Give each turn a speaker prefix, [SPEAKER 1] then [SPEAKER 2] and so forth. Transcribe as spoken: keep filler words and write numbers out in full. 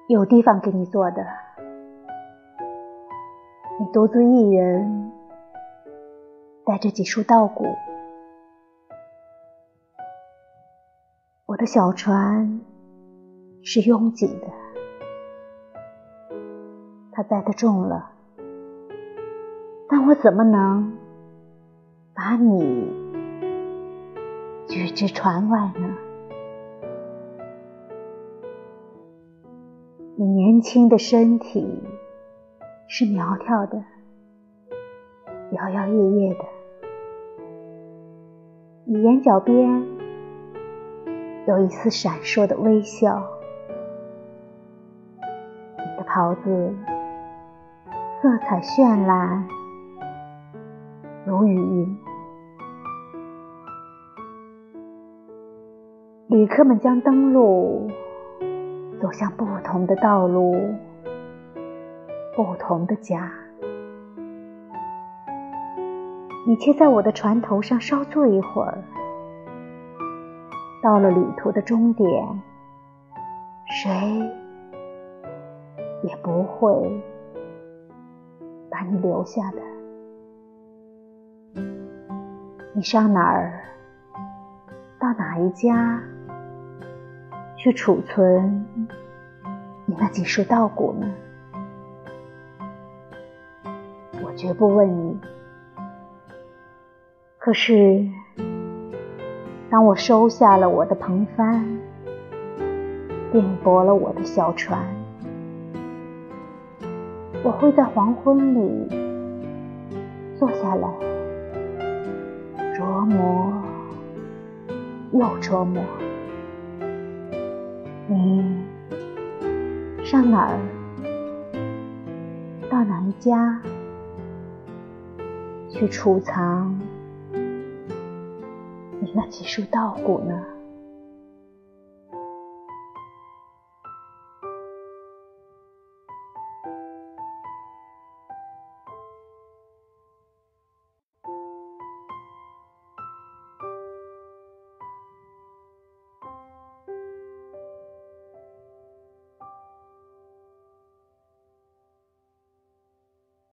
[SPEAKER 1] 有地方给你坐的，你独自一人带着几束稻谷。我的小船是拥挤的，它载得重了，但我怎么能把你举至船外呢？你年轻的身体是苗条的，摇摇曳曳的，你眼角边有一丝闪烁的微笑，你的袍子色彩绚烂如雨云。旅客们将登陆，走向不同的道路，不同的家。你却在我的船头上稍坐一会儿，到了旅途的终点，谁也不会把你留下的。你上哪儿，到哪一家去储存你那几束稻谷呢？我绝不问你。可是当我收下了我的篷帆，定泊了我的小船，我会在黄昏里坐下来，琢磨又琢磨，你上哪儿，到哪一家去储藏你那几束稻谷呢？